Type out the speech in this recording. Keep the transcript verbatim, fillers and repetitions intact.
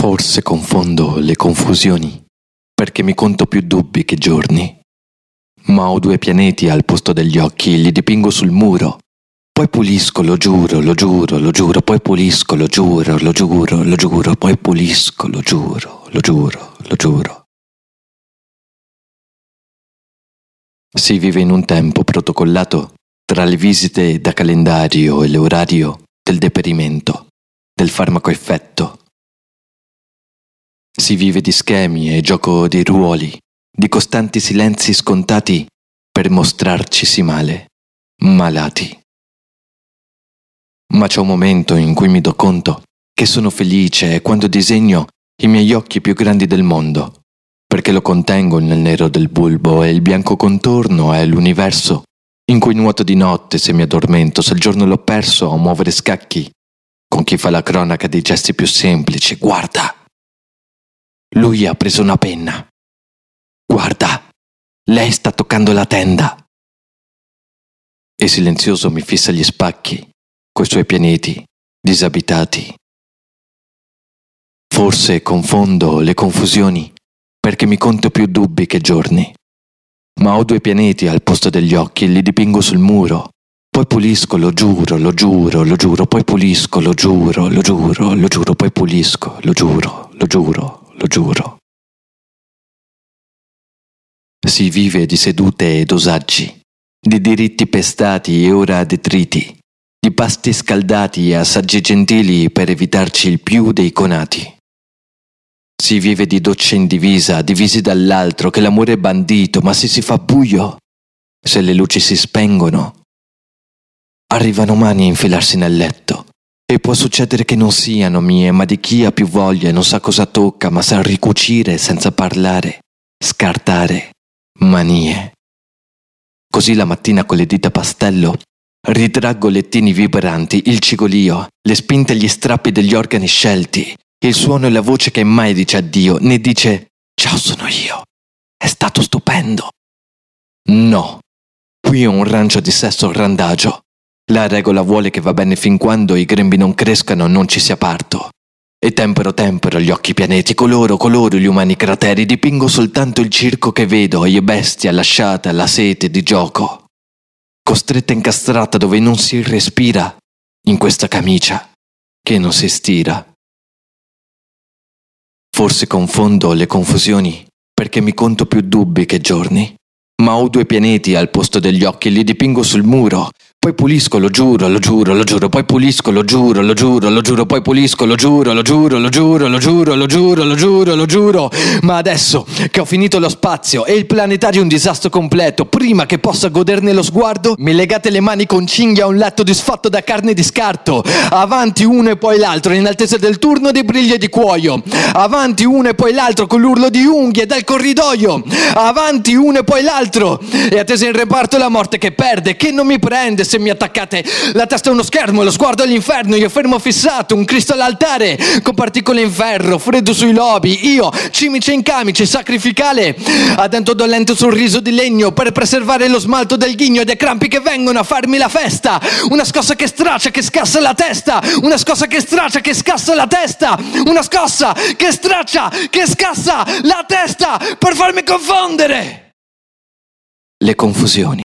Forse confondo le confusioni, perché mi conto più dubbi che giorni. Ma ho due pianeti al posto degli occhi, li dipingo sul muro. Poi pulisco, lo giuro, lo giuro, lo giuro, poi pulisco, lo giuro, lo giuro, lo giuro, poi pulisco, lo giuro, lo giuro, lo giuro. Si vive in un tempo protocollato tra le visite da calendario e l'orario del deperimento, del farmaco effetto. Si vive di schemi e gioco di ruoli, di costanti silenzi scontati per mostrarcisi male, malati. Ma c'è un momento in cui mi do conto che sono felice quando disegno i miei occhi più grandi del mondo, perché lo contengo nel nero del bulbo e il bianco contorno è l'universo in cui nuoto di notte se mi addormento, se il giorno l'ho perso a muovere scacchi con chi fa la cronaca dei gesti più semplici. Guarda! Lui ha preso una penna. Guarda, lei sta toccando la tenda. E silenzioso mi fissa gli spacchi, coi suoi pianeti disabitati. Forse confondo le confusioni, perché mi conto più dubbi che giorni. Ma ho due pianeti al posto degli occhi e li dipingo sul muro. Poi pulisco, lo giuro, lo giuro, lo giuro, poi pulisco, lo giuro, lo giuro, lo giuro, poi pulisco, lo giuro, lo giuro. Lo giuro. Si vive di sedute e dosaggi, di diritti pestati e ora detriti, di pasti scaldati e assaggi gentili per evitarci il più dei conati. Si vive di docce in divisa, divisi dall'altro, che l'amore è bandito, ma se si fa buio, se le luci si spengono, arrivano mani a infilarsi nel letto. E può succedere che non siano mie, ma di chi ha più voglia e non sa cosa tocca, ma sa ricucire senza parlare, scartare, manie. Così la mattina con le dita a pastello ritraggo lettini vibranti, il cigolio, le spinte e gli strappi degli organi scelti, il suono e la voce che mai dice addio, né dice «Ciao, sono io, è stato stupendo». No, qui ho un rancio di sesso randagio. La regola vuole che va bene fin quando i grembi non crescano e non ci sia parto. E tempero tempero gli occhi pianeti, coloro coloro gli umani crateri, dipingo soltanto il circo che vedo, io bestia lasciata alla sete di gioco. Costretta incastrata dove non si respira, in questa camicia che non si stira. Forse confondo le confusioni, perché mi conto più dubbi che giorni. Ma ho due pianeti al posto degli occhi e li dipingo sul muro. Poi pulisco, lo giuro, lo giuro, lo giuro, poi pulisco, lo giuro, lo giuro, lo giuro, poi pulisco, lo giuro, lo giuro, lo giuro, lo giuro, lo giuro, lo giuro, lo giuro. Ma adesso che ho finito lo spazio e il planetario è un disastro completo, prima che possa goderne lo sguardo, mi legate le mani con cinghia a un letto disfatto da carne di scarto. Avanti uno e poi l'altro, in attesa del turno di briglie di cuoio. Avanti uno e poi l'altro con l'urlo di unghie dal corridoio. Avanti uno e poi l'altro, e attesa in reparto la morte che perde, che non mi prende. Se mi attaccate, la testa è uno schermo, lo sguardo all'inferno, io fermo fissato, un Cristo all'altare, con particole in ferro, freddo sui lobi, io, cimice in camice, sacrificale, a dento dolente sul riso di legno, per preservare lo smalto del ghigno, dei crampi che vengono a farmi la festa, una scossa che straccia, che scassa la testa, una scossa che straccia, che scassa la testa, una scossa che straccia, che scassa la testa, per farmi confondere. Le confusioni.